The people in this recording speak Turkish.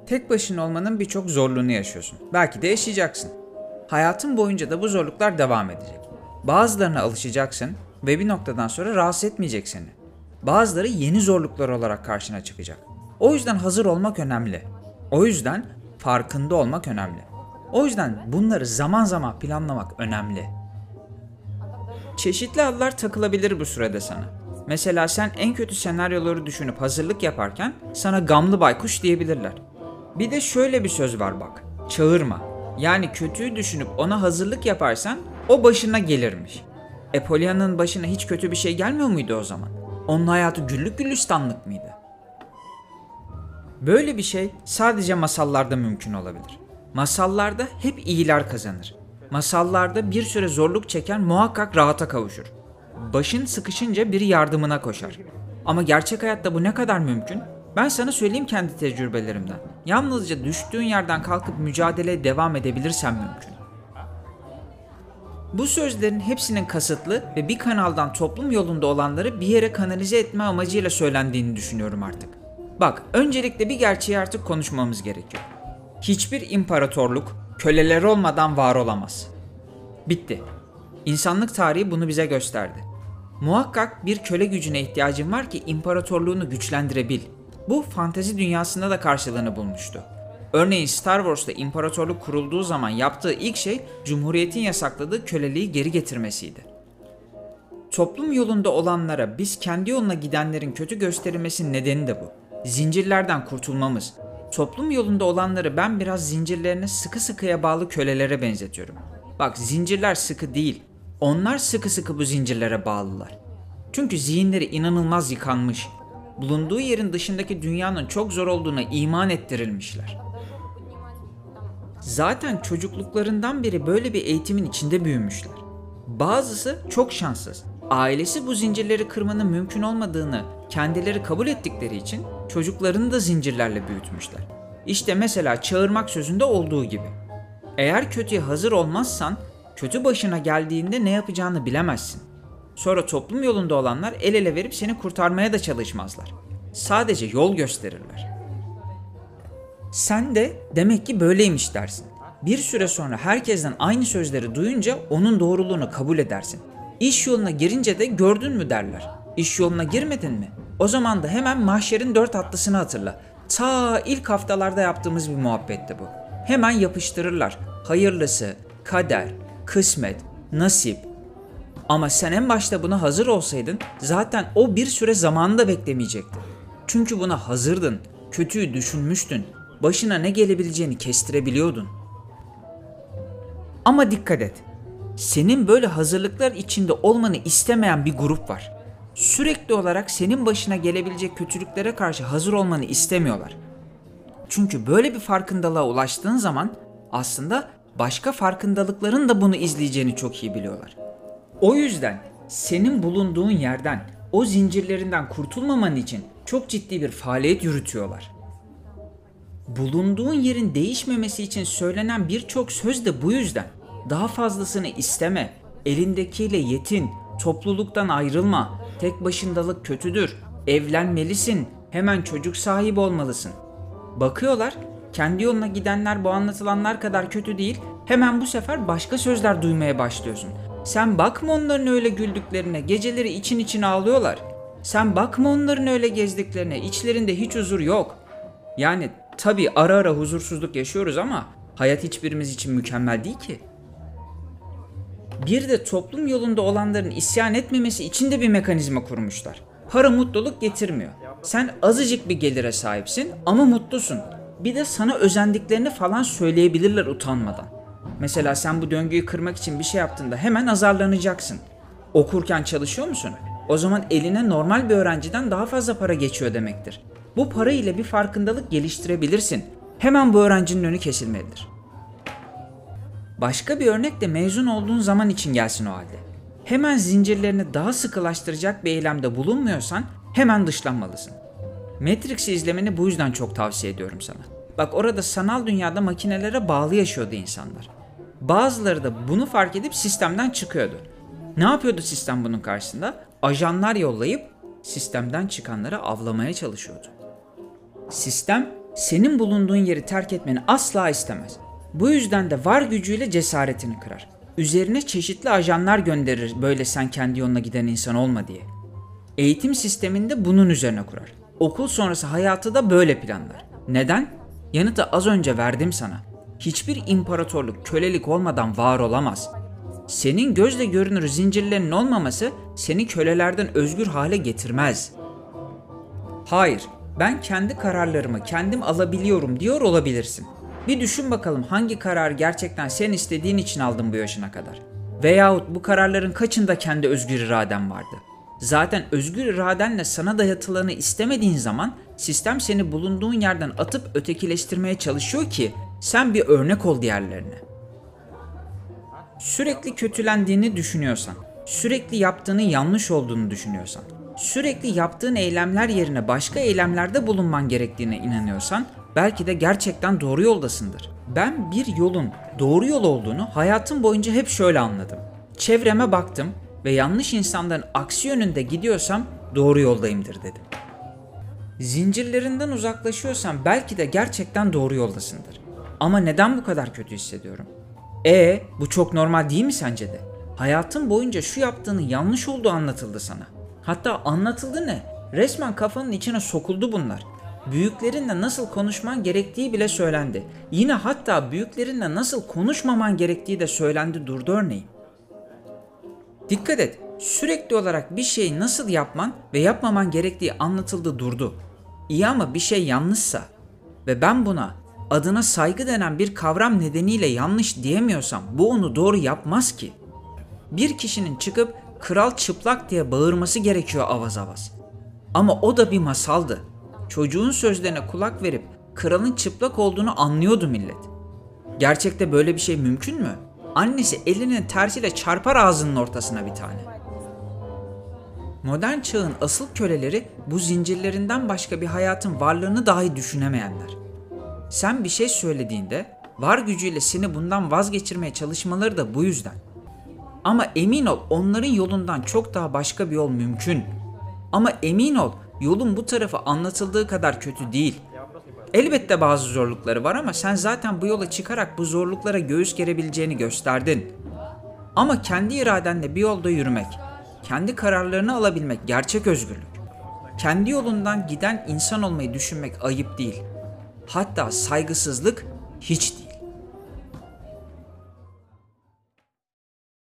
Tek başına olmanın birçok zorluğunu yaşıyorsun. Belki de yaşayacaksın. Hayatın boyunca da bu zorluklar devam edecek. Bazılarına alışacaksın ve bir noktadan sonra rahatsız etmeyecek seni. Bazıları yeni zorluklar olarak karşına çıkacak. O yüzden hazır olmak önemli. O yüzden farkında olmak önemli. O yüzden bunları zaman zaman planlamak önemli. Çeşitli adlar takılabilir bu sürede sana. Mesela sen en kötü senaryoları düşünüp hazırlık yaparken sana gamlı baykuş diyebilirler. Bir de şöyle bir söz var bak, çağırma. Yani kötüyü düşünüp ona hazırlık yaparsan o başına gelirmiş. Pollyanna'nın başına hiç kötü bir şey gelmiyor muydu o zaman? Onun hayatı güllük gülistanlık mıydı? Böyle bir şey sadece masallarda mümkün olabilir. Masallarda hep iyiler kazanır. Masallarda bir süre zorluk çeken muhakkak rahata kavuşur. Başın sıkışınca biri yardımına koşar. Ama gerçek hayatta bu ne kadar mümkün? Ben sana söyleyeyim kendi tecrübelerimden. Yalnızca düştüğün yerden kalkıp mücadeleye devam edebilirsen mümkün. Bu sözlerin hepsinin kasıtlı ve bir kanaldan toplum yolunda olanları bir yere kanalize etme amacıyla söylendiğini düşünüyorum artık. Bak, öncelikle bir gerçeği artık konuşmamız gerekiyor. Hiçbir imparatorluk köleler olmadan var olamaz. Bitti. İnsanlık tarihi bunu bize gösterdi. Muhakkak bir köle gücüne ihtiyacın var ki imparatorluğunu güçlendirebil. Bu fantezi dünyasında da karşılığını bulmuştu. Örneğin Star Wars'ta imparatorluk kurulduğu zaman yaptığı ilk şey Cumhuriyet'in yasakladığı köleliği geri getirmesiydi. Toplum yolunda olanlara biz kendi yoluna gidenlerin kötü gösterilmesinin nedeni de bu. Zincirlerden kurtulmamız. Toplum yolunda olanları ben biraz zincirlerine sıkı sıkıya bağlı kölelere benzetiyorum. Bak, zincirler sıkı değil. Onlar sıkı sıkı bu zincirlere bağlılar. Çünkü zihinleri inanılmaz yıkanmış. Bulunduğu yerin dışındaki dünyanın çok zor olduğuna iman ettirilmişler. Zaten çocukluklarından beri böyle bir eğitimin içinde büyümüşler. Bazısı çok şanssız. Ailesi bu zincirleri kırmanın mümkün olmadığını kendileri kabul ettikleri için çocuklarını da zincirlerle büyütmüşler. İşte mesela çağırmak sözünde olduğu gibi. Eğer kötüye hazır olmazsan, kötü başına geldiğinde ne yapacağını bilemezsin. Sonra toplum yolunda olanlar el ele verip seni kurtarmaya da çalışmazlar. Sadece yol gösterirler. Sen de demek ki böyleymiş dersin. Bir süre sonra herkesten aynı sözleri duyunca onun doğruluğunu kabul edersin. İş yoluna girince de gördün mü derler. İş yoluna girmedin mi? O zaman da hemen mahşerin 4 atlısını hatırla. Ta ilk haftalarda yaptığımız bir muhabbetti bu. Hemen yapıştırırlar. Hayırlısı, kader, kısmet, nasip. Ama sen en başta buna hazır olsaydın zaten o bir süre zamanını da beklemeyecekti. Çünkü buna hazırdın, kötüyü düşünmüştün, başına ne gelebileceğini kestirebiliyordun. Ama dikkat et, senin böyle hazırlıklar içinde olmanı istemeyen bir grup var. Sürekli olarak senin başına gelebilecek kötülüklere karşı hazır olmanı istemiyorlar. Çünkü böyle bir farkındalığa ulaştığın zaman aslında başka farkındalıkların da bunu izleyeceğini çok iyi biliyorlar. O yüzden senin bulunduğun yerden, o zincirlerinden kurtulmaman için çok ciddi bir faaliyet yürütüyorlar. Bulunduğun yerin değişmemesi için söylenen birçok söz de bu yüzden. Daha fazlasını isteme, elindekiyle yetin, topluluktan ayrılma, tek başındalık kötüdür, evlenmelisin, hemen çocuk sahibi olmalısın. Bakıyorlar, kendi yoluna gidenler bu anlatılanlar kadar kötü değil, hemen bu sefer başka sözler duymaya başlıyorsun. Sen bakma onların öyle güldüklerine, geceleri için içine ağlıyorlar. Sen bakma onların öyle gezdiklerine, içlerinde hiç huzur yok. Yani tabii ara ara huzursuzluk yaşıyoruz ama hayat hiçbirimiz için mükemmel değil ki. Bir de toplum yolunda olanların isyan etmemesi için de bir mekanizma kurmuşlar. Para mutluluk getirmiyor. Sen azıcık bir gelire sahipsin ama mutlusun. Bir de sana özendiklerini falan söyleyebilirler utanmadan. Mesela sen bu döngüyü kırmak için bir şey yaptığında hemen azarlanacaksın. Okurken çalışıyor musun? O zaman eline normal bir öğrenciden daha fazla para geçiyor demektir. Bu para ile bir farkındalık geliştirebilirsin. Hemen bu öğrencinin önü kesilmelidir. Başka bir örnek de mezun olduğun zaman için gelsin o halde. Hemen zincirlerini daha sıkılaştıracak bir eylemde bulunmuyorsan hemen dışlanmalısın. Matrix'i izlemeni bu yüzden çok tavsiye ediyorum sana. Bak, orada sanal dünyada makinelere bağlı yaşıyordu insanlar. Bazıları da bunu fark edip sistemden çıkıyordu. Ne yapıyordu sistem bunun karşısında? Ajanlar yollayıp sistemden çıkanları avlamaya çalışıyordu. Sistem senin bulunduğun yeri terk etmeni asla istemez. Bu yüzden de var gücüyle cesaretini kırar. Üzerine çeşitli ajanlar gönderir böyle sen kendi yoluna giden insan olma diye. Eğitim sisteminde bunun üzerine kurar. Okul sonrası hayatı da böyle planlar. Neden? Yanıtı az önce verdim sana. Hiçbir imparatorluk kölelik olmadan var olamaz. Senin gözle görünür zincirlerinin olmaması seni kölelerden özgür hale getirmez. Hayır, ben kendi kararlarımı kendim alabiliyorum diyor olabilirsin. Bir düşün bakalım hangi kararı gerçekten sen istediğin için aldın bu yaşına kadar? Veyahut bu kararların kaçında kendi özgür iraden vardı? Zaten özgür iradenle sana dayatılanı istemediğin zaman sistem seni bulunduğun yerden atıp ötekileştirmeye çalışıyor ki sen bir örnek ol diğerlerine. Sürekli kötülendiğini düşünüyorsan, sürekli yaptığının yanlış olduğunu düşünüyorsan, sürekli yaptığın eylemler yerine başka eylemlerde bulunman gerektiğine inanıyorsan belki de gerçekten doğru yoldasındır. Ben bir yolun doğru yol olduğunu hayatım boyunca hep şöyle anladım. Çevreme baktım ve yanlış insanların aksi yönünde gidiyorsam doğru yoldayımdır dedim. Zincirlerinden uzaklaşıyorsan belki de gerçekten doğru yoldasındır. Ama neden bu kadar kötü hissediyorum? Bu çok normal değil mi sence de? Hayatın boyunca şu yaptığının yanlış olduğu anlatıldı sana. Hatta anlatıldı ne? Resmen kafanın içine sokuldu bunlar. Büyüklerinle nasıl konuşman gerektiği bile söylendi. Yine hatta büyüklerinle nasıl konuşmaman gerektiği de söylendi durdu örneğin. Dikkat et, sürekli olarak bir şeyi nasıl yapman ve yapmaman gerektiği anlatıldı durdu. İyi ama bir şey yanlışsa ve ben buna adına saygı denen bir kavram nedeniyle yanlış diyemiyorsam bu onu doğru yapmaz ki. Bir kişinin çıkıp kral çıplak diye bağırması gerekiyor avaz avaz. Ama o da bir masaldı. Çocuğun sözlerine kulak verip kralın çıplak olduğunu anlıyordu millet. Gerçekte böyle bir şey mümkün mü? Annesi elinin tersiyle çarpar ağzının ortasına bir tane. Modern çağın asıl köleleri bu zincirlerinden başka bir hayatın varlığını dahi düşünemeyenler. Sen bir şey söylediğinde var gücüyle seni bundan vazgeçirmeye çalışmaları da bu yüzden. Ama emin ol onların yolundan çok daha başka bir yol mümkün. Ama emin ol yolun bu tarafı anlatıldığı kadar kötü değil. Elbette bazı zorlukları var ama sen zaten bu yola çıkarak bu zorluklara göğüs gerebileceğini gösterdin. Ama kendi iradenle bir yolda yürümek, kendi kararlarını alabilmek gerçek özgürlük. Kendi yolundan giden insan olmayı düşünmek ayıp değil. Hatta saygısızlık hiç değil.